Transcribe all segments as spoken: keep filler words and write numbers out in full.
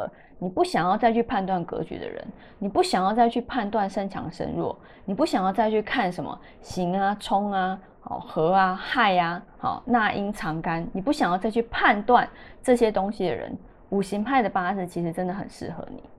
了，你不想要再去判断格局的人，你不想要再去判断身强身弱，你不想要再去看什么刑啊、冲啊、合啊、害啊、纳音藏干，你不想要再去判断这些东西的人，五行派的八字其实真的很适合你。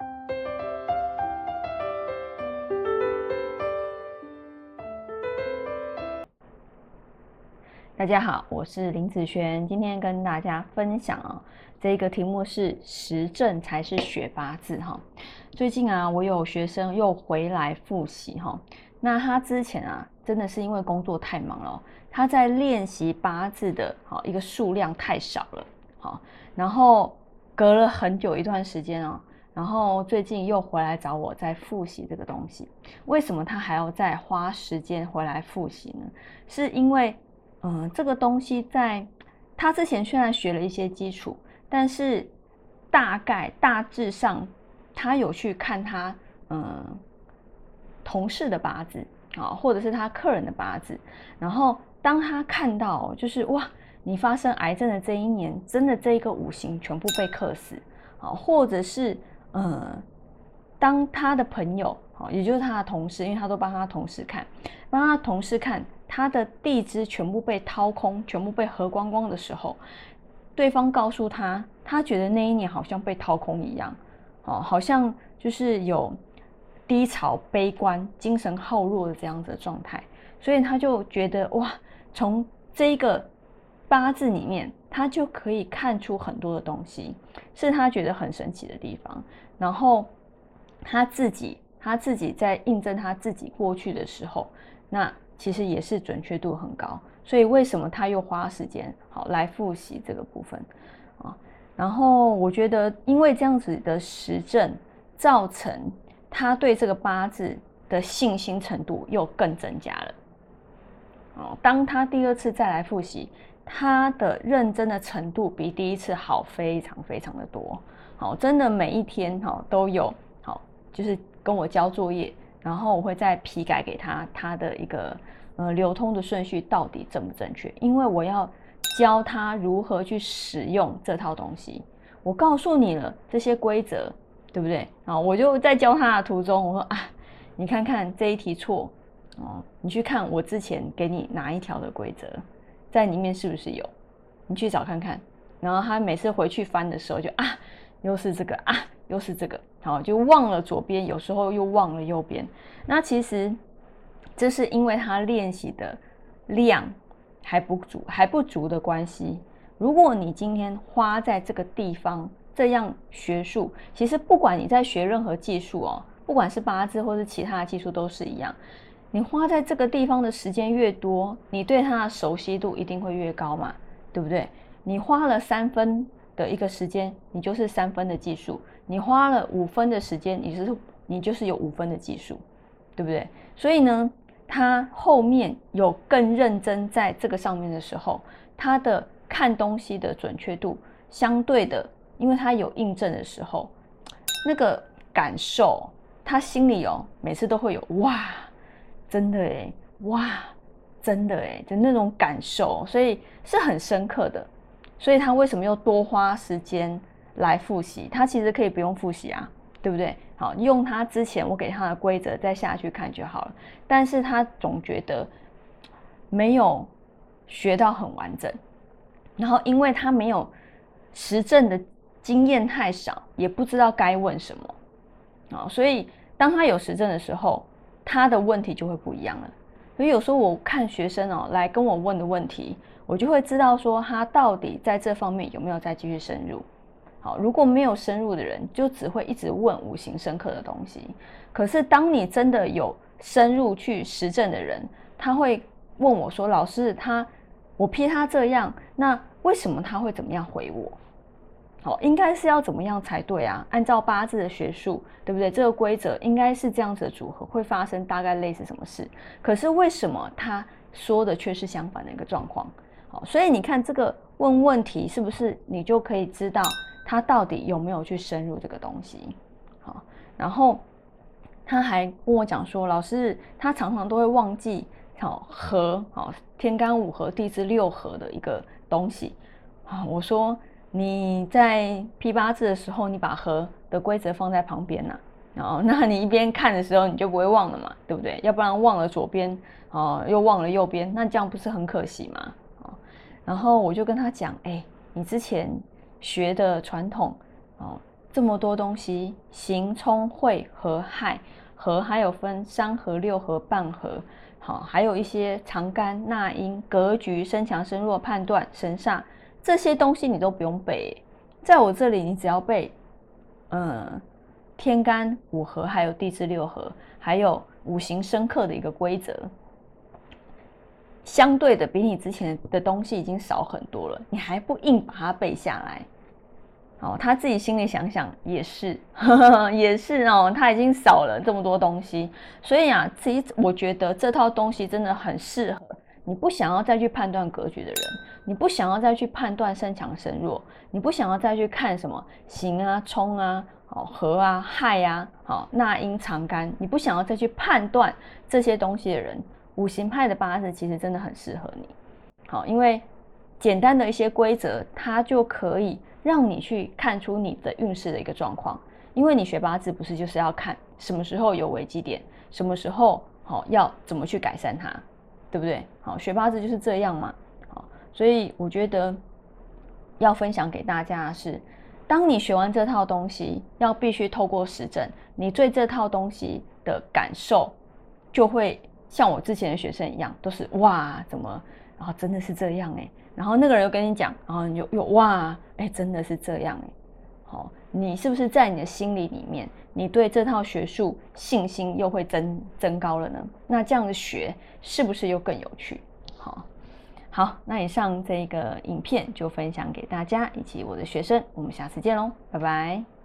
大家好，我是林子璇，今天跟大家分享啊，这个题目是实证才是学八字哈。最近啊，我有学生又回来复习哈，那他之前啊，真的是因为工作太忙了，他在练习八字的好一个数量太少了，好，然后隔了很久一段时间啊，然后最近又回来找我再复习这个东西。为什么他还要再花时间回来复习呢？是因为嗯，这个东西在他之前虽然学了一些基础，但是大概大致上他有去看他嗯同事的八字啊，或者是他客人的八字，然后当他看到就是哇，你发生癌症的这一年，真的这一个五行全部被克死啊，或者是呃，当他的朋友也就是他的同事，因为他都帮他同事看，帮他同事看。他的地支全部被掏空，全部被喝光光的时候，对方告诉他，他觉得那一年好像被掏空一样，哦，好像就是有低潮、悲观、精神耗弱的这样子的状态，所以他就觉得哇，从这个八字里面，他就可以看出很多的东西，是他觉得很神奇的地方。然后他自己，他自己在印证他自己过去的时候，那其实也是准确度很高，所以为什么他又花时间好来复习这个部分啊？然后我觉得，因为这样子的实证，造成他对这个八字的信心程度又更增加了。哦，当他第二次再来复习，他的认真的程度比第一次好非常非常的多。好，真的每一天哈都有好，就是跟我交作业。然后我会再批改给他，他的一个呃流通的顺序到底正不正确？因为我要教他如何去使用这套东西。我告诉你了这些规则，对不对？啊，我就在教他的途中，我说啊，你看看这一题错哦，你去看我之前给你哪一条的规则，在里面是不是有？你去找看看。然后他每次回去翻的时候就啊，又是这个啊。又是这个，好，就忘了左边，有时候又忘了右边。那其实这是因为他练习的量还不足，还不足的关系。如果你今天花在这个地方，这样学术，其实不管你在学任何技术哦，不管是八字或是其他的技术都是一样。你花在这个地方的时间越多，你对它的熟悉度一定会越高嘛，对不对？你花了三分的一个时间，你就是三分的技术。你花了五分的时间，你就是你就是有五分的技术，对不对？所以呢，他后面有更认真在这个上面的时候，他的看东西的准确度相对的，因为他有印证的时候，那个感受，他心里哦，每次都会有哇，真的耶，哇，真的耶的那种感受，所以是很深刻的。所以他为什么又多花时间来复习？他其实可以不用复习啊，对不对？好，用他之前我给他的规则再下去看就好了。但是他总觉得没有学到很完整，然后因为他没有实证的经验太少，也不知道该问什么，所以当他有实证的时候，他的问题就会不一样了。所以有时候我看学生哦来跟我问的问题，我就会知道说他到底在这方面有没有再继续深入。好，如果没有深入的人，就只会一直问五行生克的东西。可是当你真的有深入去实证的人，他会问我说：“老师，他我批他这样，那为什么他会怎么样回我？好，应该是要怎么样才对啊？按照八字的学术，对不对？这个规则应该是这样子的组合，会发生大概类似什么事？可是为什么他说的却是相反的一个状况？好，所以你看这个问问题，是不是你就可以知道他到底有没有去深入这个东西？好，然后他还跟我讲说，老师他常常都会忘记好合好天干五合地支六合的一个东西啊。我说你在批八字的时候，你把和的规则放在旁边呐、啊，哦，那你一边看的时候，你就不会忘了嘛，对不对？要不然忘了左边，哦，又忘了右边，那这样不是很可惜吗？哦，然后我就跟他讲，哎，你之前学的传统，哦，这么多东西，刑冲会合害，合还有分三合、六合、半合，好，还有一些长干、纳音、格局、身强身弱、判断、神煞。这些东西你都不用背，在我这里你只要背，嗯，天干五合，还有地支六合，还有五行生克的一个规则，相对的比你之前的东西已经少很多了，你还不硬把它背下来，哦，他自己心里想想也是，呵呵也是哦，他已经少了这么多东西，所以啊，其实我觉得这套东西真的很适合你不想要再去判断格局的人，你不想要再去判断身强身弱，你不想要再去看什么刑啊、冲啊、好合啊、害啊、好纳音长干，你不想要再去判断这些东西的人，五行派的八字其实真的很适合你。好，因为简单的一些规则，它就可以让你去看出你的运势的一个状况。因为你学八字不是就是要看什么时候有危机点，什么时候好要怎么去改善它，对不对？好，学八字就是这样嘛。好，所以我觉得要分享给大家的是，当你学完这套东西，要必须透过实证，你对这套东西的感受就会像我之前的学生一样，都是哇，怎么，然后真的是这样哎、欸，然后那个人又跟你讲，然后你又又哇，哎、欸，真的是这样哎、欸，好，你是不是在你的心里里面，你对这套学术信心又会增增高了呢？那这样的学是不是又更有趣？好，好，那以上这个影片就分享给大家以及我的学生，我们下次见喽，拜拜。